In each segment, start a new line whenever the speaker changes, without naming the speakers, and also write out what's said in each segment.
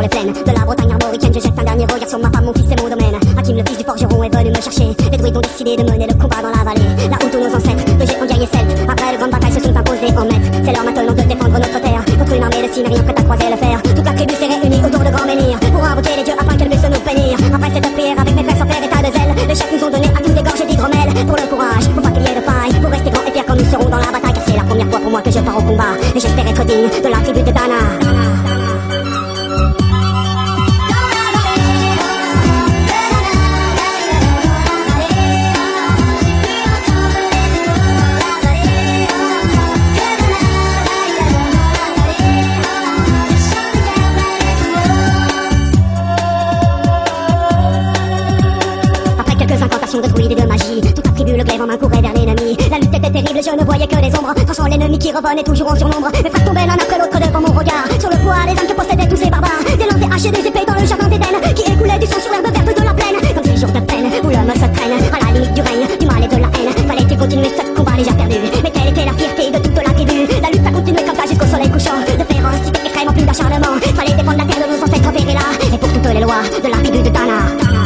les plaines de la Bretagne armoricaine. Je jette un dernier regard sur ma femme, mon fils et mon domaine. Hakim, le fils du forgeron, est venu me chercher. Les druides ont décidé de mener le combat dans la vallée, là où tous nos ancêtres, de géants guerriers celtes, après de grandes batailles se sont imposés en maîtres. C'est l'heure maintenant de défendre notre terre contre une armée de cimériens prête à croiser le fer. Toute la tribu s'est réunie autour de grands menhirs pour invoquer les dieux afin qu'elle puisse nous bénir. Après cette prière avec mes frères sans faire état de zèle, les chefs nous ont donné à tous des gorges d'hydromel. Pour le courage, pour pas qu'il y ait de faille, pour rester grand et fier quand nous serons dans la bataille. Car c'est la première fois pour moi que je pars au combat, et j'espère être digne de la tribu de Dana. De druides et de magie, toute la tribu le glaive en main courait vers l'ennemi. La lutte était terrible, je ne voyais que des ombres, tranchant l'ennemi qui revenait toujours en surnombre. Mes frères tombaient l'un après l'autre devant mon regard, sur le poids des âmes que possédaient tous ces barbares. Des lances, des haches et des épées dans le jardin d'Éden, qui écoulait du sang sur l'herbe verte de la plaine. Comme ces jours de peine où l'homme se traîne à la limite du règne, du mal et de la haine. Fallait-il continuer ce combat déjà perdu? Mais quelle était la fierté de toute la tribu? La lutte a continué comme ça jusqu'au soleil couchant, de férocité extrême en plus d'acharnement. Fallait défendre la terre de nos ancêtres enterrés là, et pour toutes les lois de la tribu de Dana.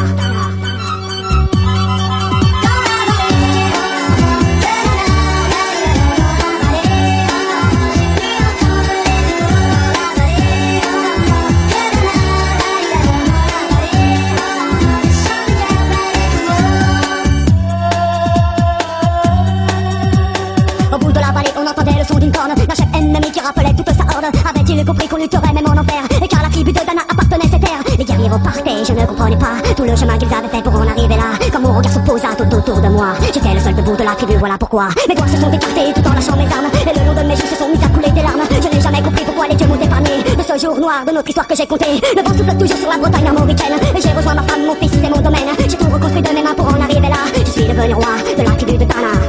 La chef ennemi qui rappelait toute sa horde. Avait-il compris qu'on lutterait même en enfer? Et car la tribu de Dana appartenait ces terres. Les guerriers repartaient, je ne comprenais pas tout le chemin qu'ils avaient fait pour en arriver là. Quand mon regard se posa tout autour de moi, j'étais le seul debout de la tribu, voilà pourquoi mes doigts se sont écartés tout en lâchant mes armes, et le long de mes joues se sont mis à couler des larmes. Je n'ai jamais compris pourquoi les dieux m'ont épargné de ce jour noir de notre histoire que j'ai compté. Le vent souffle toujours sur la Bretagne armoricaine, et j'ai rejoint ma femme, mon fils et mon domaine. J'ai tout reconstruit de mes mains pour en arriver là. Je suis devenu roi de la tribu de Dana.